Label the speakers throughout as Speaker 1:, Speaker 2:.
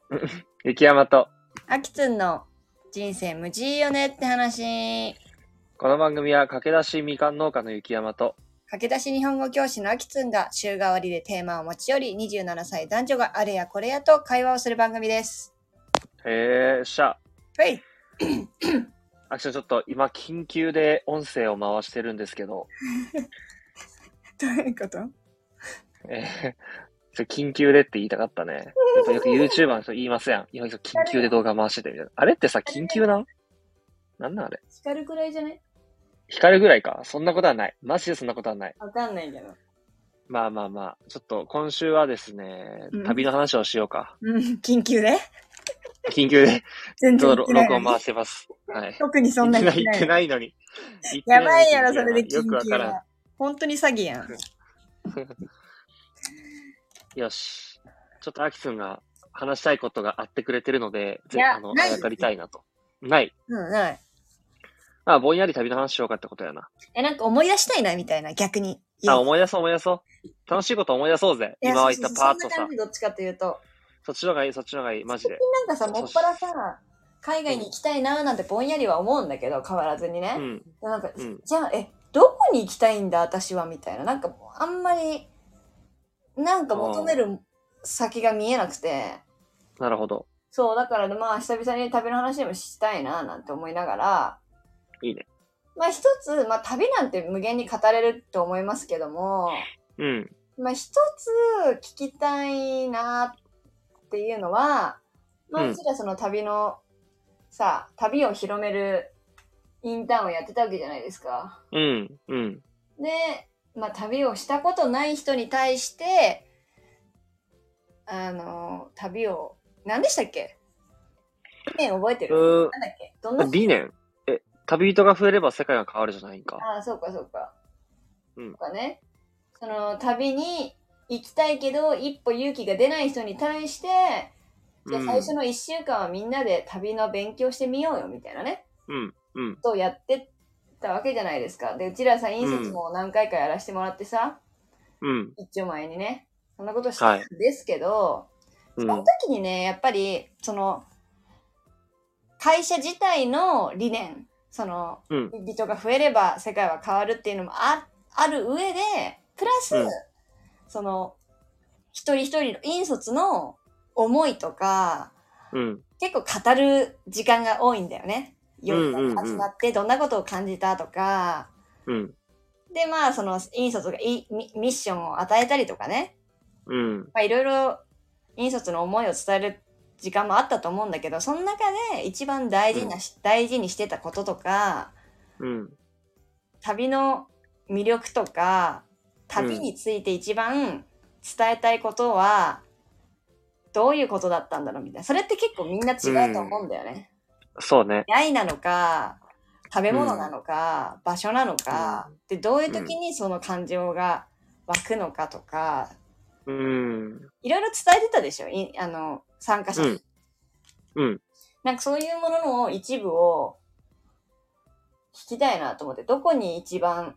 Speaker 1: 雪山と、
Speaker 2: あきつんの人生無事よねって話。
Speaker 1: この番組は駆け出しみかん農家の雪山と、
Speaker 2: 駆け出し日本語教師のあきつんが週替わりでテーマを持ち寄り、27歳男女があれやこれやと会話をする番組です。はい。
Speaker 1: アクションちょっと今緊急で音声を回してるんですけど、
Speaker 2: どういうこと？
Speaker 1: 緊急でって言いたかったね。やっぱよく YouTuber の人言いますやん。今緊急で動画回しててみたいな。あれってさ、緊急なんなんあれ。
Speaker 2: 光るくらいじゃね？
Speaker 1: 光るぐらいか。そんなことはない。マジでそんなことはない。
Speaker 2: わかんないけど。
Speaker 1: まあ。ちょっと今週はですね、旅の話をしようか。
Speaker 2: 緊急で？
Speaker 1: 緊急で、
Speaker 2: 全然
Speaker 1: 録音回してます。はい。
Speaker 2: 特にそんな
Speaker 1: 言ってないのに。
Speaker 2: やばいやろ、それで緊急
Speaker 1: よくわからん。
Speaker 2: 本当に詐欺やん。
Speaker 1: よし。ちょっとアキくんが話したいことがあってくれてるので、
Speaker 2: ない。
Speaker 1: あやかりたいなと。ない。
Speaker 2: ない。
Speaker 1: ぼんやり旅の話しようかってことやな。
Speaker 2: なんか思い出したいな、みたいな、逆に。
Speaker 1: 思い出そう。楽しいこと思い出そうぜ。今は言ったパーッとさ。
Speaker 2: どっちかというと。
Speaker 1: そっちの方がいい、マジで。
Speaker 2: なんかさ、もっぱらさ、海外に行きたいなーなんてぼんやりは思うんだけど、変わらずにね。なんか、じゃあ、どこに行きたいんだ、私は、みたいな。なんか、あんまり、なんか求める先が見えなくて。
Speaker 1: なるほど。
Speaker 2: そう、だからまあ、久々に旅の話でもしたいな、なんて思いながら。
Speaker 1: いいね。
Speaker 2: まあ一つ、まあ旅なんて無限に語れると思いますけども、まあ一つ聞きたいなっていうのは、まあうちらその旅を広めるインターンをやってたわけじゃないですか。で、まあ旅をしたことない人に対して、旅を、何でしたっけ？理念覚えてる？なんだっけ？どんな
Speaker 1: 理念？旅人が増えれば世界が変わるじゃないんか。
Speaker 2: ああ、そうか。とかね。その旅に行きたいけど一歩勇気が出ない人に対して、じゃあ最初の1週間はみんなで旅の勉強してみようよみたいなね。とやってたわけじゃないですか。で、うちらさ、引率も何回かやらせてもらってさ、一丁前にね、そんなことしたんですけど、その時にね、やっぱり、その、会社自体の理念、その、人が増えれば世界は変わるっていうのもある上で、プラス、その、一人一人の引率の思いとか、結構語る時間が多いんだよね。夜集まってどんなことを感じたとか、で、まあ、その、引率がミッションを与えたりとかね。まあ、いろいろ、引率の思いを伝える時間もあったと思うんだけど、その中で一番大事にしてたこととか、旅の魅力とか、旅について一番伝えたいことは、どういうことだったんだろうみたいな。それって結構みんな違うと思うんだよね。
Speaker 1: そうね。
Speaker 2: 愛なのか、食べ物なのか、場所なのか、で、どういう時にその感情が湧くのかとか、いろいろ伝えてたでしょ、参加者に。なんかそういうものの一部を聞きたいなと思って、どこに一番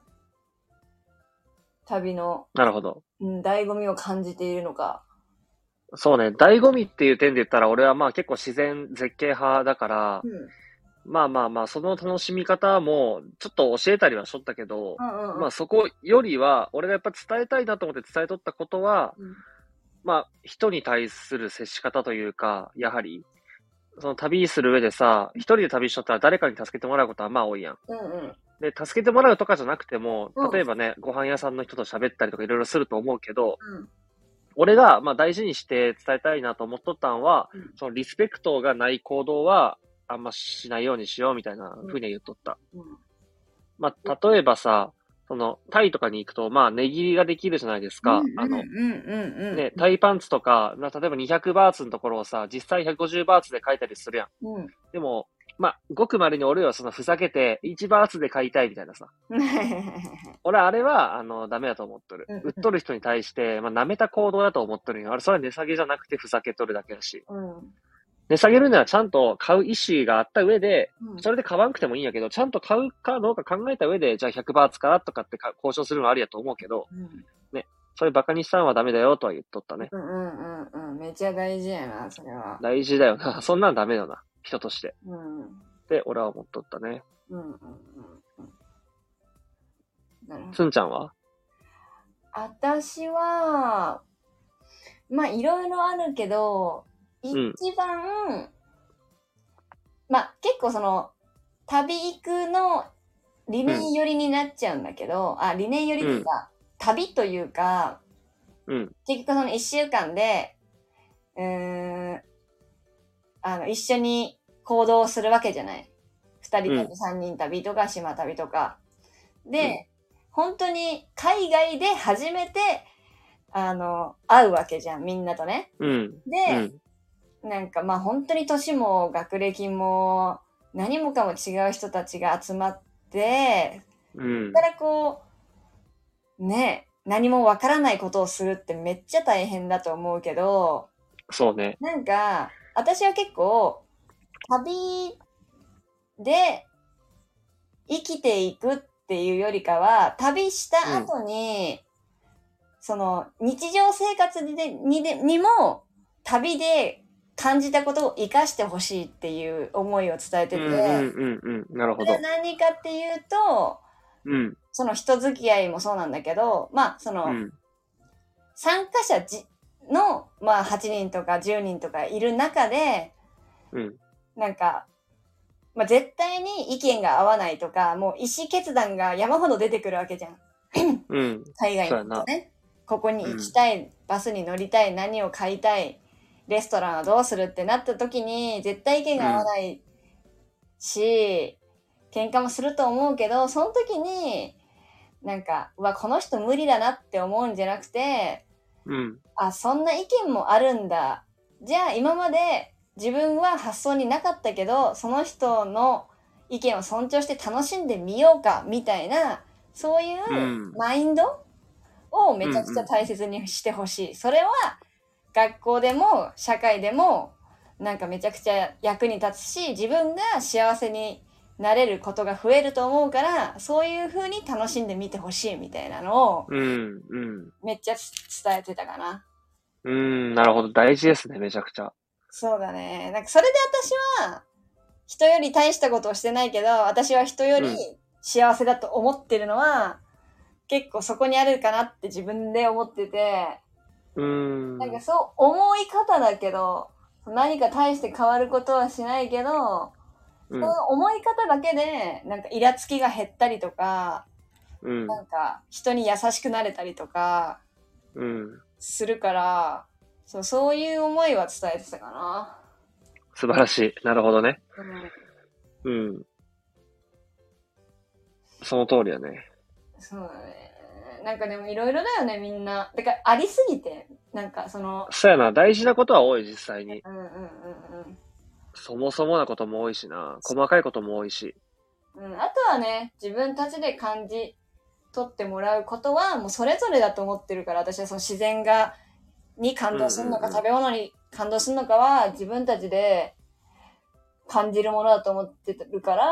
Speaker 2: 旅の、
Speaker 1: なるほど。
Speaker 2: 醍醐味を感じているのか。
Speaker 1: そうね、醍醐味っていう点で言ったら、俺はまあ結構自然絶景派だから、まあ、その楽しみ方も、ちょっと教えたりはしとったけど、まあそこよりは、俺がやっぱ伝えたいなと思って伝えとったことは、まあ、人に対する接し方というか、やはり、その旅する上でさ、一人で旅しとったら誰かに助けてもらうことはまあ多いやん。で、助けてもらうとかじゃなくても、例えばね、ご飯屋さんの人と喋ったりとかいろいろすると思うけど、俺がまあ大事にして伝えたいなと思っとったんは、そのリスペクトがない行動はあんましないようにしようみたいな風に言っとった。まあ、例えばさ、その、タイとかに行くと、まあ、値切りができるじゃないですか。ね、タイパンツとか、例えば200バーツのところをさ、実際150バーツで書いたりするやん。でも、まあ、ごくまれに俺はそのふざけて、1バーツで買いたいみたいなさ。俺あれは、ダメだと思っとる。売っとる人に対して、まあ、舐めた行動だと思っとるんよ。あれ、それは値下げじゃなくてふざけとるだけだし。値下げるにはちゃんと買う意思があった上で、それで買わんくてもいいんやけど、ちゃんと買うかどうか考えた上で、じゃあ100バーツかとかって交渉するのはありやと思うけど、ね、 そういうバカにしたのはダメだよとは言っとったね。
Speaker 2: うんうんうんうん。めっちゃ大事やな、それは。
Speaker 1: 大事だよな。そんなんダメよな。人として。
Speaker 2: うん。
Speaker 1: って俺は思っとったね。
Speaker 2: うんうんうんうん。なるほど。
Speaker 1: すんちゃんは？
Speaker 2: 私は、まあいろいろあるけど、一番、まあ結構その、旅行くの理念寄りになっちゃうんだけど、理念寄りっていうか、旅というか、結局その一週間で、一緒に行動するわけじゃない。二人旅、三人旅とか島旅とか。で、本当に海外で初めて、会うわけじゃん、みんなとね。で、なんかまあ本当に年も学歴も何もかも違う人たちが集まって、だからこう、ね、何もわからないことをするってめっちゃ大変だと思うけど、
Speaker 1: そうね。
Speaker 2: なんか、私は結構、旅で生きていくっていうよりかは、旅した後に、その日常生活にも旅で感じたことを生かしてほしいっていう思いを伝えてて、
Speaker 1: なるほど。
Speaker 2: 何かっていうと、その人付き合いもそうなんだけど、まあその、参加者の、まあ8人とか10人とかいる中で、なんか、まあ絶対に意見が合わないとか、もう意思決断が山ほど出てくるわけじゃん。海外に行くとね。ここに行きたい、バスに乗りたい、何を買いたい、レストランはどうするってなった時に、絶対意見が合わないし、喧嘩もすると思うけど、その時に、なんか、この人無理だなって思うんじゃなくて、そんな意見もあるんだ。じゃあ今まで自分は発想になかったけど、その人の意見を尊重して楽しんでみようか、みたいな、そういうマインドをめちゃくちゃ大切にしてほしい。それは学校でも社会でもなんかめちゃくちゃ役に立つし、自分が幸せになれることが増えると思うから、そういう風に楽しんでみてほしいみたいなのをめっちゃ伝えてたかな。
Speaker 1: なるほど。大事ですね、めちゃくちゃ。
Speaker 2: そうだね。なんかそれで私は人より大したことをしてないけど、私は人より幸せだと思ってるのは、結構そこにあるかなって自分で思ってて、なんかそう思い方だけど、何か大して変わることはしないけど、その思い方だけで、なんかイラつきが減ったりとか、なんか人に優しくなれたりとか、するから、そういう思いは伝えてたかな。
Speaker 1: 素晴らしい。なるほどね。その通りだね。
Speaker 2: そうだね。なんかでもいろいろだよね、みんな。だからありすぎて、なんか
Speaker 1: そうやな、大事なことは多い、実際に。そもそもなことも多いしな、細かいことも多いし。
Speaker 2: あとはね、自分たちで感じ取ってもらうことは、もうそれぞれだと思ってるから、私はその自然に感動するのか、食べ物に感動するのかは、自分たちで感じるものだと思ってるから、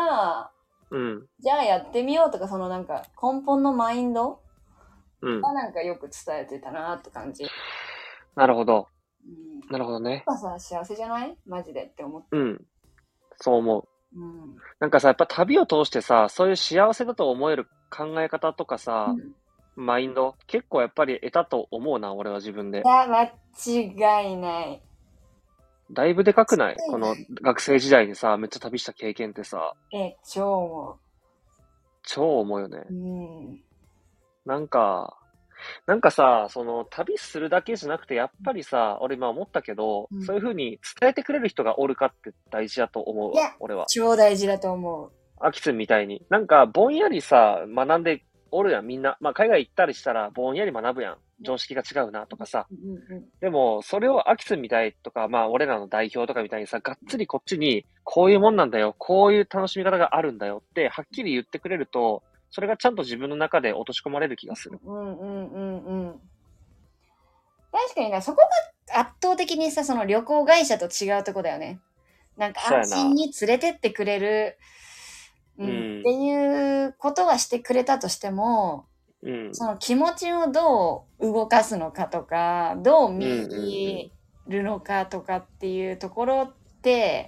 Speaker 2: じゃあやってみようとか、なんか根本のマインドはなんかよく伝えてたなって感じ。
Speaker 1: なるほど。なるほどね。
Speaker 2: やっぱさ、幸せじゃないマジでって思って。
Speaker 1: そう思う。なんかさ、やっぱ旅を通してさ、そういう幸せだと思える考え方とかさ、マインド、結構やっぱり得たと思うな、俺は自分で。
Speaker 2: いや、間違いない。
Speaker 1: だいぶでかくない？この学生時代にさ、めっちゃ旅した経験ってさ。
Speaker 2: 超思う。
Speaker 1: 超思うよね。なんかさ、旅するだけじゃなくて、やっぱりさ、俺今思ったけど、そういう風に伝えてくれる人がおるかって大事だと思うわ、俺は。
Speaker 2: 超大事だと思う。
Speaker 1: アキツンみたいに。なんか、ぼんやりさ、学んでおるやん、みんな。まあ、海外行ったりしたら、ぼんやり学ぶやん。常識が違うな、とかさ。でも、それをアキツンみたいとか、まあ、俺らの代表とかみたいにさ、がっつりこっちに、こういうもんなんだよ、こういう楽しみ方があるんだよって、はっきり言ってくれると、それがちゃんと自分の中で落とし込まれる気がする。
Speaker 2: 確かにね、そこが圧倒的にさ、その旅行会社と違うとこだよね。なんか安心に連れてってくれる、っていうことはしてくれたとしても、 その気持ちをどう動かすのかとか、どう見るのかとかっていうところって、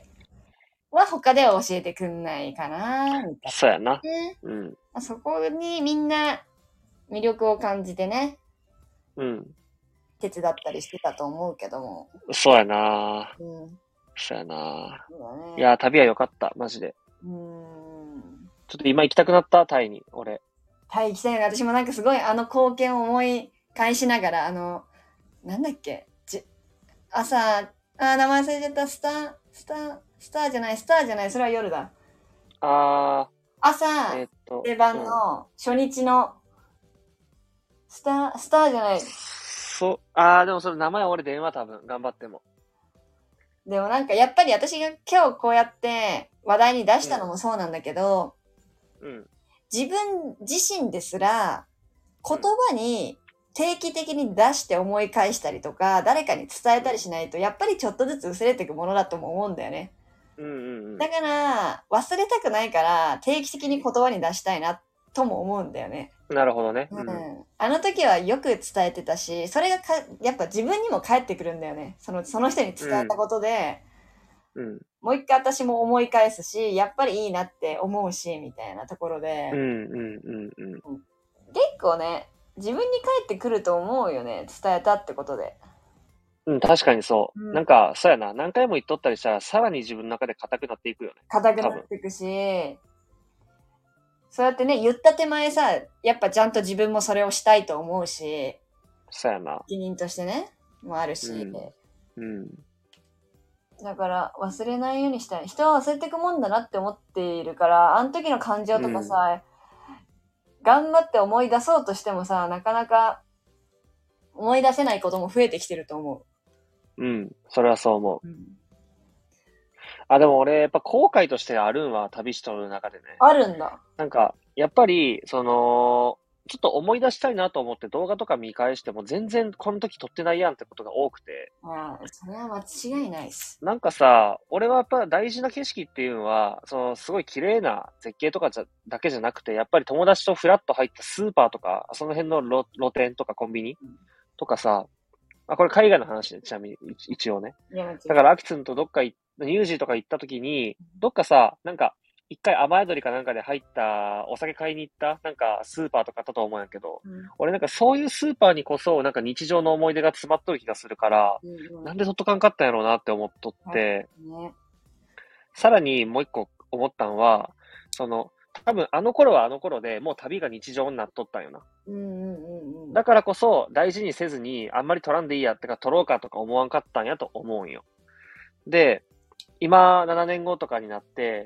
Speaker 2: は他では教えてくんないかな、みたいな。
Speaker 1: そうやな。
Speaker 2: そこにみんな魅力を感じてね。手伝ったりしてたと思うけども。
Speaker 1: そうやな。そうやな。いや、旅は良かった、マジで。ちょっと今行きたくなった、タイに、俺。
Speaker 2: タイ行きたいな。私もなんかすごい光景を思い返しながら、なんだっけ朝、名前忘れちゃった、スターじゃない、それは夜だ。朝、出番の初日の、スターじゃない。
Speaker 1: でもそれ名前俺電話多分、頑張っても。
Speaker 2: でもなんかやっぱり私が今日こうやって話題に出したのもそうなんだけど、自分自身ですら言葉に定期的に出して思い返したりとか、誰かに伝えたりしないとやっぱりちょっとずつ薄れていくものだとも思うんだよね。だから忘れたくないから定期的に言葉に出したいなとも思うんだよね。
Speaker 1: なるほどね。
Speaker 2: あの時はよく伝えてたし、それがやっぱ自分にも返ってくるんだよね。その人に伝えたことで、もう一回私も思い返すし、やっぱりいいなって思うし、みたいなところで。結構ね、自分に返ってくると思うよね。伝えたってことで。
Speaker 1: 確かにそう。なんか、そうやな。何回も言っとったりしたら、さらに自分の中で硬くなっていくよね。
Speaker 2: 硬くなっていくし、そうやってね、言った手前さ、やっぱちゃんと自分もそれをしたいと思うし、
Speaker 1: そうやな。
Speaker 2: 責任としてね、もあるし。だから忘れないようにしたい。人は忘れていくもんだなって思っているから、あの時の感情とかさ、頑張って思い出そうとしてもさ、なかなか思い出せないことも増えてきてると思
Speaker 1: う。それはそう思う。でも俺、やっぱ後悔としてあるんは、旅しとる中でね。
Speaker 2: あるんだ。
Speaker 1: なんか、やっぱり、ちょっと思い出したいなと思って動画とか見返しても全然この時撮ってないやんってことが多くて。
Speaker 2: それは間違いないっす。
Speaker 1: なんかさ、俺はやっぱ大事な景色っていうのは、すごい綺麗な絶景とかだけじゃなくて、やっぱり友達とフラッと入ったスーパーとか、その辺の露店とかコンビニとかさ、これ海外の話で、ちなみに、一応ね。だから、アキツンとどっかニュージーとか行った時に、どっかさ、なんか、一回雨宿りかなんかで入ったお酒買いに行ったなんかスーパーとかあったと思うんやけど、俺なんかそういうスーパーにこそなんか日常の思い出が詰まっとる気がするから、なんで撮っとかんかったんやろうなって思っとって、さらにもう一個思ったんは、多分あの頃はあの頃でもう旅が日常になっとったんよな。だからこそ大事にせずにあんまり撮らんでいいやってか撮ろうかとか思わんかったんやと思うんよ。で、今7年後とかになって、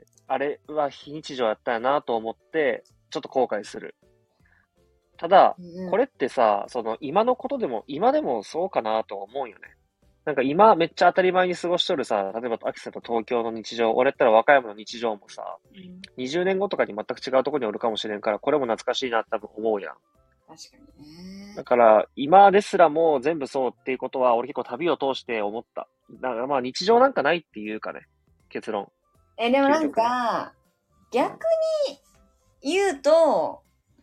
Speaker 1: あれは非日常やったんやなと思って、ちょっと後悔する。ただ、これってさ、今のことでも、今でもそうかなと思うよね。なんか今めっちゃ当たり前に過ごしとるさ、例えばアキさんと東京の日常、俺やったら和歌山の日常もさ、20年後とかに全く違うところにおるかもしれんから、これも懐かしいなって多分思うやん。
Speaker 2: 確かにね。
Speaker 1: だから、今ですらも全部そうっていうことは、俺結構旅を通して思った。だからまあ日常なんかないっていうかね、結論。
Speaker 2: でもなんか、逆に言うと、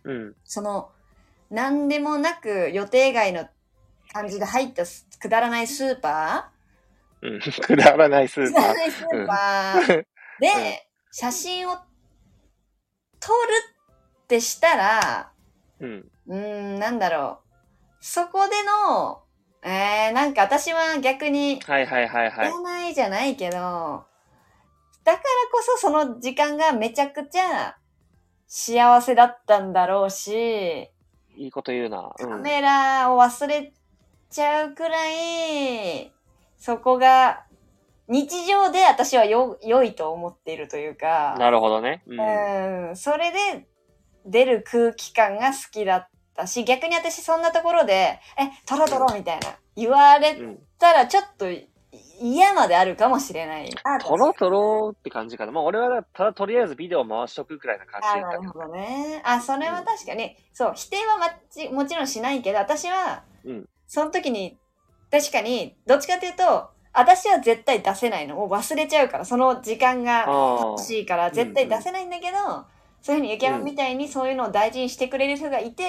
Speaker 2: なんでもなく予定外の感じで入ったくだらないスーパ
Speaker 1: ーくだらないスーパー。
Speaker 2: くだらないスーパーで、写真を撮るってしたら、なんだろう。そこでの、なんか私は逆に、いらないじゃないけど、だからこそその時間がめちゃくちゃ幸せだったんだろうし、
Speaker 1: いいこと言うな。
Speaker 2: カメラを忘れちゃうくらい、そこが日常で私は良いと思っているというか。
Speaker 1: なるほどね。
Speaker 2: それで出る空気感が好きだったし、逆に私そんなところで、撮ろうみたいな言われたらちょっと嫌まであるかもしれない。
Speaker 1: 撮ろうって感じかな。まあ俺はただとりあえずビデオ回しとくくらいな感じだったけど。
Speaker 2: なるほどね。それは確かに、そう、否定はもちろんしないけど、私は、その時に、確かに、どっちかというと、私は絶対出せないの。もう忘れちゃうから、その時間が欲しいから絶対出せないんだけど、そういうふうに雪山みたいにそういうのを大事にしてくれる人がいて、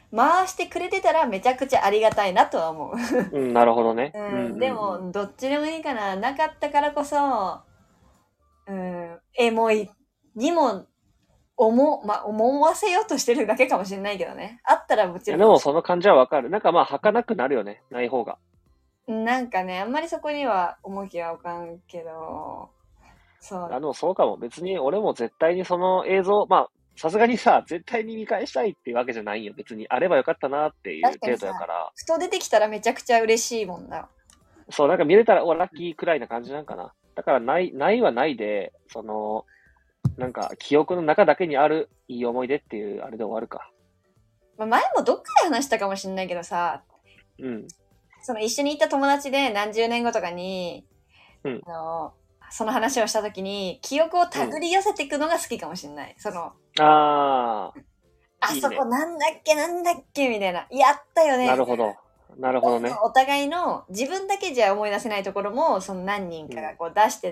Speaker 2: 回してくれてたらめちゃくちゃありがたいなとは思う。
Speaker 1: うん、なるほどね。
Speaker 2: でも、どっちでもいいかな。なかったからこそ、エモいにも、思わせようとしてるだけかもしれないけどね。あったらもちろん。
Speaker 1: でもその感じはわかる。なんかまあ、儚くなるよね。ない方が。
Speaker 2: なんかね、あんまりそこには重きは置かんけど、そう。
Speaker 1: でもそうかも。別に俺も絶対にその映像、まあ、さすがにさ、絶対に見返したいっていうわけじゃないよ。別にあればよかったなっていう程度やから。
Speaker 2: ふと出てきたらめちゃくちゃ嬉しいもんな。
Speaker 1: そう、なんか見れたら、ラッキーくらいな感じなんかな。だからないはないで、なんか記憶の中だけにあるいい思い出っていうあれで終わるか。
Speaker 2: まあ、前もどっかで話したかもしれないけどさ、
Speaker 1: うん。
Speaker 2: その一緒に行った友達で何十年後とかに、
Speaker 1: うん。
Speaker 2: その話をしたときに、記憶を手繰り寄せていくのが好きかもしれない。
Speaker 1: あ
Speaker 2: そこなんだっけみたいな。やったよね。
Speaker 1: なるほど。なるほどね。
Speaker 2: お互いの自分だけじゃ思い出せないところも、その何人かがこう出してって、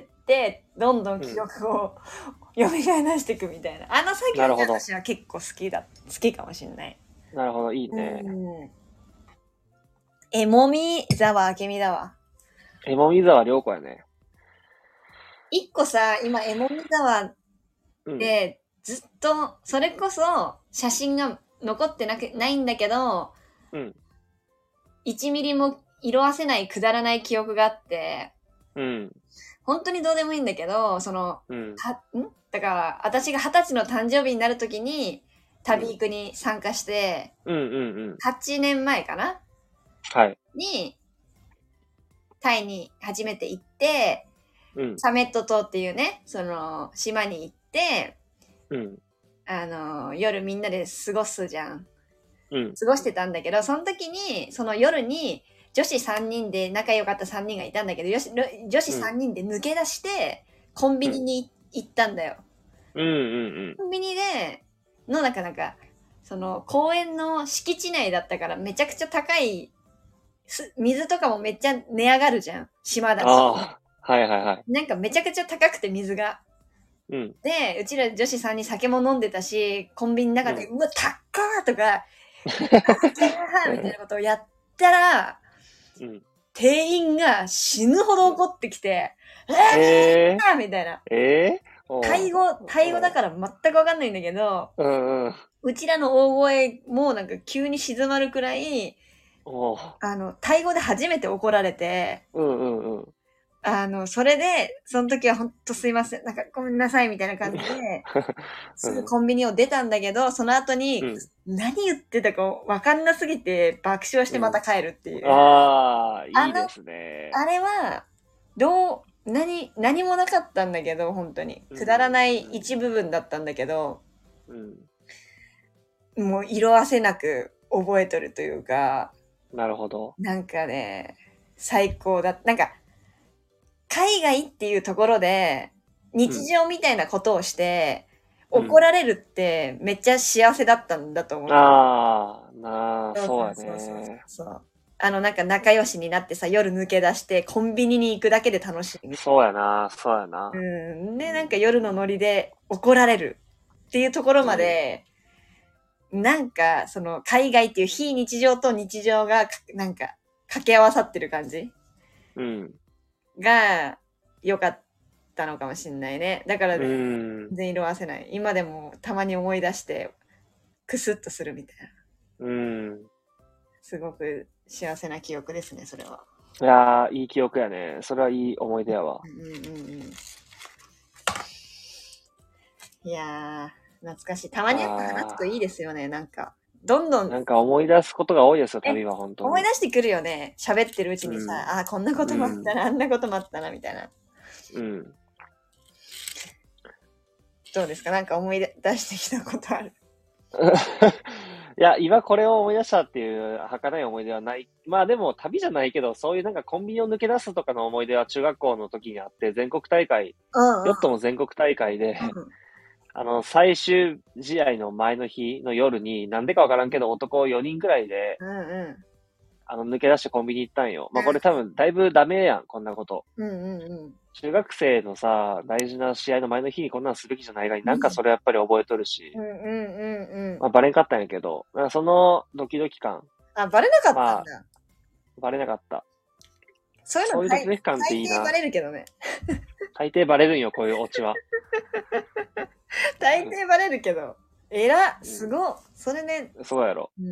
Speaker 2: どんどん記憶を蘇らしていくみたいな。あの作業が私は結構好きかもしれない。
Speaker 1: なるほど、いいね。
Speaker 2: えもみ沢明美だわ。
Speaker 1: えもみ沢涼子やね。
Speaker 2: 一個さ、今、えもみ沢で、ずっと、それこそ、写真が残ってないんだけど、1ミリも色あせないくだらない記憶があって、本当にどうでもいいんだけど、だから、私が20歳の誕生日になるときに、旅行くに参加して、8年前かな
Speaker 1: はい。
Speaker 2: に、タイに初めて行って、サメット島っていうね、島に行って、夜みんなで過ごすじゃん。過ごしてたんだけど、その時に、その夜に、女子3人で仲良かった3人がいたんだけど、女子3人で抜け出して、コンビニに行ったんだよ。コンビニで、なんか、公園の敷地内だったからめちゃくちゃ高い、水とかもめっちゃ値上がるじゃん。島だし。なんかめちゃくちゃ高くて水が。で、うちら女子3人酒も飲んでたし、コンビニの中で、うわ、高ーとか、みたいなことをやったら、店員が死ぬほど怒ってきて、みたいな。タイ語だから全くわかんないんだけど、うちらの大声もなんか急に静まるくらい、タイ語で初めて怒られて、それで、その時はほんとすいません、なんかごめんなさいみたいな感じで、すぐコンビニを出たんだけど、その後に、何言ってたかわかんなすぎて爆笑してまた帰るっていう。
Speaker 1: いいですね。
Speaker 2: あれは、何もなかったんだけど、本当に。くだらない一部分だったんだけど、もう色褪せなく覚えとるというか、
Speaker 1: なるほど。
Speaker 2: なんかね、最高だ。なんか、海外っていうところで、日常みたいなことをして、怒られるってめっちゃ幸せだったんだと思う。
Speaker 1: そうやね。
Speaker 2: そう。なんか仲良しになってさ、夜抜け出してコンビニに行くだけで楽しい。
Speaker 1: そうやな。
Speaker 2: で、なんか夜のノリで怒られるっていうところまで、なんか、海外っていう非日常と日常が、なんか、掛け合わさってる感じが、良かったのかもしんないね。だからね、全然色褪せない。今でもたまに思い出して、クスッとするみたいな。すごく幸せな記憶ですね、それは。
Speaker 1: いやー、いい記憶やね。それはいい思い出やわ。
Speaker 2: いやー、懐かしい。たまにやっぱ話すといいですよね、なんか。どんどん。
Speaker 1: なんか思い出すことが多いですよ、旅は本当に。
Speaker 2: 思い出してくるよね。喋ってるうちにさ、こんなこともあったな、あんなこともあったな、みたいな。どうですか？なんか思い出してきたことある？
Speaker 1: いや、今これを思い出したっていう儚い思い出はない。まあでも旅じゃないけど、そういうなんかコンビニを抜け出すとかの思い出は中学校の時にあって、全国大会、ヨットも全国大会で、最終試合の前の日の夜に、なんでかわからんけど男4人くらいで、抜け出してコンビニ行ったんよ。まあこれ多分だいぶダメやん、こんなこと。 中学生のさ、大事な試合の前の日にこんなんすべきじゃないがに、なんかそれやっぱり覚えとるし、まあバレんかったんやけど、なんかそのドキドキ感。
Speaker 2: あ、バレなかったんだ。まあ、
Speaker 1: バレなかった。
Speaker 2: そういうの
Speaker 1: ドキドキ感っていいな。
Speaker 2: 大抵バレるけどね。
Speaker 1: 大抵バレるんよ、こういうオチは。
Speaker 2: 大抵バレるけど。すご。それね。
Speaker 1: そうやろ。うん。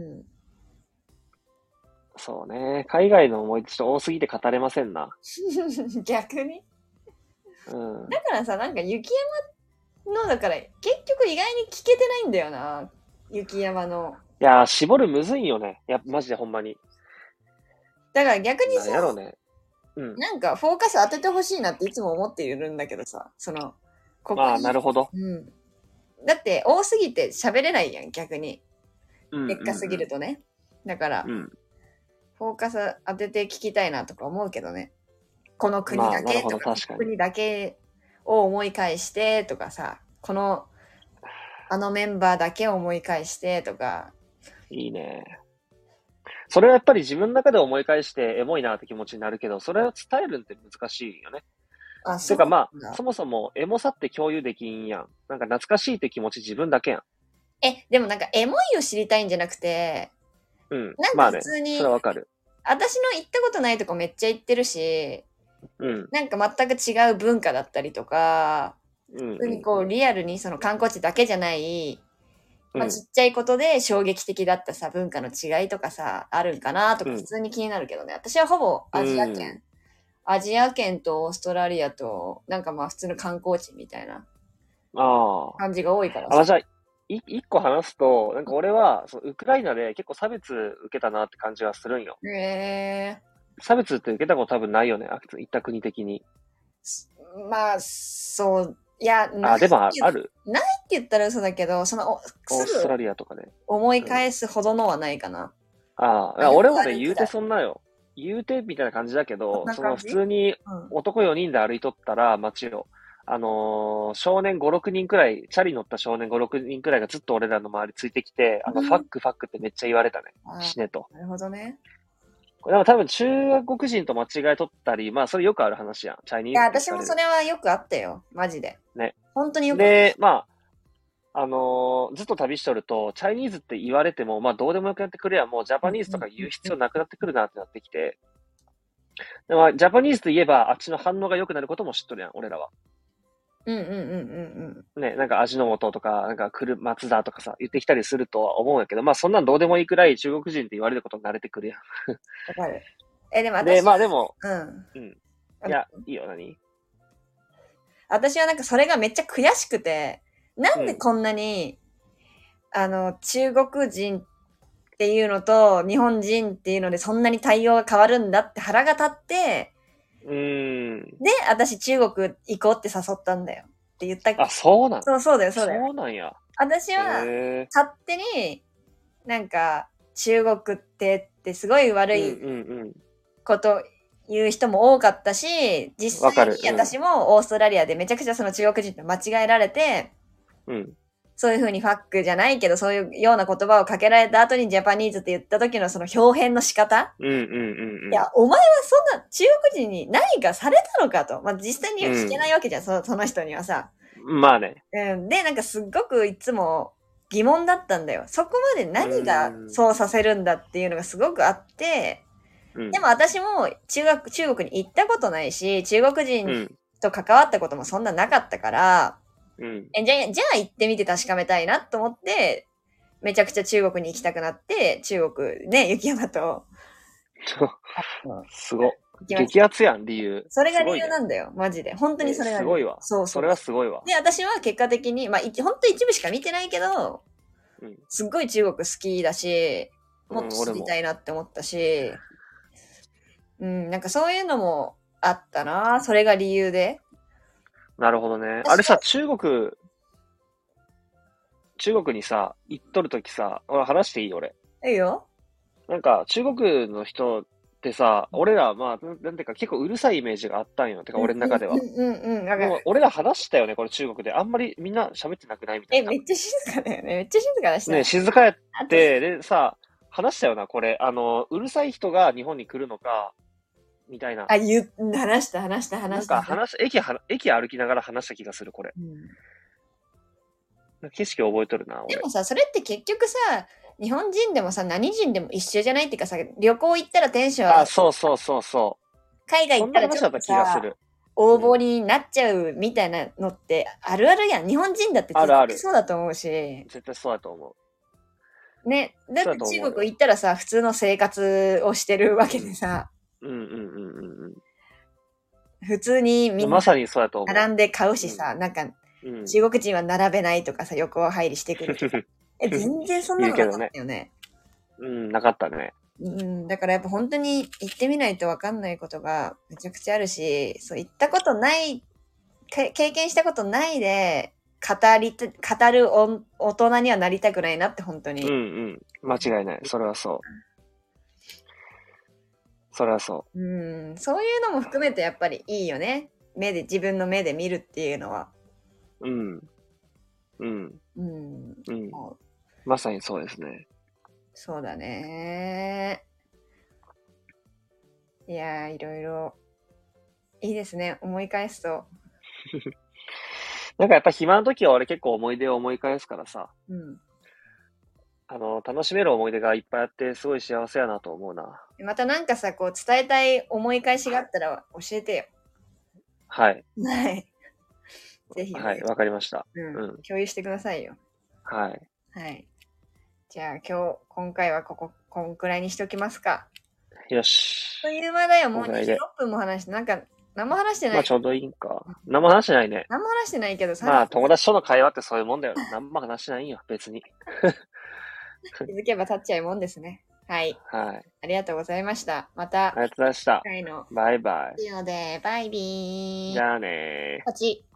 Speaker 1: そうね。海外の思い出ちょっと多すぎて語れませんな。
Speaker 2: 逆に、うん。だからさ、なんか雪山の、だから結局意外に聞けてないんだよな。雪山の。
Speaker 1: いやー、絞るむずいんよね。マジでほんまに。
Speaker 2: だから逆にさ、
Speaker 1: やろうね。
Speaker 2: うん。なんかフォーカス当ててほしいなっていつも思っているんだけどさ、
Speaker 1: ここまあ、なるほど。
Speaker 2: うん。だって多すぎて喋れないやん、逆に。でっかすぎるとね。だから、フォーカス当てて聞きたいなとか思うけどね。この国だけとか、国だけを思い返してとかさ、あのメンバーだけを思い返してとか。
Speaker 1: いいね。それはやっぱり自分の中で思い返してエモいなって気持ちになるけど、それを伝えるって難しいよね。てかまあ、そもそもエモさって共有できんやん。なんか懐かしいって気持ち自分だけやん。
Speaker 2: でもなんかエモいを知りたいんじゃなくて、
Speaker 1: うん。なんか普通に、まあね、それはわかる。
Speaker 2: 私の行ったことないとこめっちゃ行ってるし、うん。なんか全く違う文化だったりとか、普通にこうリアルにその観光地だけじゃない、まあ、ちっちゃいことで衝撃的だったさ、文化の違いとかさ、あるんかなとか普通に気になるけどね。私はほぼアジア圏。アジア圏とオーストラリアと、なんかまあ普通の観光地みたいな感じが多いから
Speaker 1: さ。じゃあ、一個話すと、なんか俺は、ウクライナで結構差別受けたなって感じはするんよ。差別って受けたこと多分ないよね、行った国的に。
Speaker 2: まあ、そう、いや、
Speaker 1: でもある
Speaker 2: ないって言ったら嘘だけど、
Speaker 1: オーストラリアとかね。
Speaker 2: 思い返すほどのはないかな。
Speaker 1: 俺もね、言うてそんなよ。言うてみたいな感じだけど、普通に男4人で歩いとったら街を、少年5、6人くらい、チャリ乗った少年5、6人くらいがずっと俺らの周りついてきて、ファックってめっちゃ言われたね。死ねと。
Speaker 2: なるほどね。
Speaker 1: これ多分中国人と間違えとったり、まあそれよくある話やん。チャイニーズ。
Speaker 2: いや、私もそれはよくあったよ。マジで。
Speaker 1: ね。
Speaker 2: 本当によくあった。
Speaker 1: で、まあ、ずっと旅しとると、チャイニーズって言われても、まあどうでもよくなってくるやん。もうジャパニーズとか言う必要なくなってくるなってなってきて。でもジャパニーズと言えば、あっちの反応が良くなることも知っとるやん、俺らは。ね、なんか味の素とか、なんか松田とかさ、言ってきたりするとは思うんやけど、まあそんなんどうでもいいくらい中国人って言われることに慣れてくるやん。
Speaker 2: わかる。でも私
Speaker 1: まあでも、いや、いいよ、何？
Speaker 2: 私はなんかそれがめっちゃ悔しくて、なんでこんなに、中国人っていうのと日本人っていうのでそんなに対応が変わるんだって腹が立って、で、私中国行こうって誘ったんだよって言ったっけ。
Speaker 1: そうなん？
Speaker 2: そうだよ、そうだよ。
Speaker 1: そうなんや。
Speaker 2: 私は、勝手に、なんか、中国ってすごい悪いこと言う人も多かったし、実際に私もオーストラリアでめちゃくちゃその中国人と間違えられて、そういう風にファックじゃないけど、そういうような言葉をかけられた後にジャパニーズって言った時のその表現の仕方。いや、お前はそんな中国人に何かされたのかと。まあ、実際に聞けないわけじゃん、その人にはさ。
Speaker 1: まあね。
Speaker 2: で、なんかすっごくいつも疑問だったんだよ。そこまで何がそうさせるんだっていうのがすごくあって、でも私も中国に行ったことないし、中国人と関わったこともそんななかったから、じゃあ行ってみて確かめたいなと思って、めちゃくちゃ中国に行きたくなって、中国ね、雪山と。
Speaker 1: すご。激アツやん、理由。
Speaker 2: それが理由なんだよ、マジで。本当にそれが理由。
Speaker 1: すごいわ。それはすごいわ。
Speaker 2: で、私は結果的に、まあ、本当一部しか見てないけど、すっごい中国好きだし、もっと知りたいなって思ったし、なんかそういうのもあったな、それが理由で。
Speaker 1: なるほどね。あれさ、中国にさ、行っとるときさ、俺話していい？俺。
Speaker 2: いいよ。
Speaker 1: なんか、中国の人ってさ、俺ら、まあ、なんていうか、結構うるさいイメージがあったんよ。てか、俺の中では。俺ら話したよね、これ中国で。あんまりみんな喋ってなくないみたいな。
Speaker 2: めっちゃ静かだよね。めっちゃ静かだし
Speaker 1: ね、静かやって、で、さ、話したよな、これ。うるさい人が日本に来るのか、 みたいな。
Speaker 2: あ、話した。なん
Speaker 1: か駅歩きながら話した気がする、これ。景色覚えとるな、
Speaker 2: 俺。でもさ、それって結局さ、日本人でもさ、何人でも一緒じゃないっていうかさ、旅行行ったらテンション
Speaker 1: あ、そう。
Speaker 2: 海外行ったらちょっとさ、応募になっちゃうみたいなのってあるあるやん。日本人だって絶対そうだと思うし。
Speaker 1: 絶対そうだと思
Speaker 2: う。ね。だって中国行ったらさ、普通の生活をしてるわけでさ。普通にみんな並んで買うしさ、なんか、中国人は並べないとかさ、横入りしてくるとか。全然そんなのなかったよね。
Speaker 1: なかったね。
Speaker 2: だからやっぱ本当に行ってみないと分かんないことがめちゃくちゃあるし、そう行ったことない、経験したことないで語る大人にはなりたくないなって本当に。
Speaker 1: 間違いない。それはそう。それはそう。
Speaker 2: そういうのも含めてやっぱりいいよね。自分の目で見るっていうのは。
Speaker 1: まさにそうですね。
Speaker 2: そうだね。いやー、いろいろいいですね。思い返すと。
Speaker 1: なんかやっぱ暇な時は俺結構思い出を思い返すからさ。楽しめる思い出がいっぱいあってすごい幸せやなと思うな。
Speaker 2: またなんかさ、こう伝えたい思い返しがあったら教えてよ。
Speaker 1: はい。
Speaker 2: はい。ぜひ、
Speaker 1: はい、わかりました。
Speaker 2: 共有してくださいよ。
Speaker 1: はい。
Speaker 2: はい。じゃあ今回はこんくらいにしときますか。
Speaker 1: よし。
Speaker 2: という間だよ、もう26分も話して、なんか、何も話してない。
Speaker 1: まあちょうどいいんか。何も話してないね。
Speaker 2: 何も話してないけど
Speaker 1: さ。まあ友達との会話ってそういうもんだよ。何も話してないよ、別に。
Speaker 2: 気づけば経っちゃうもんですね。はい。
Speaker 1: はい。
Speaker 2: ありがとうございました。また。
Speaker 1: ありがとうございました。バイバイ。
Speaker 2: 以上で、バイビー。
Speaker 1: じゃあねー。
Speaker 2: こっち。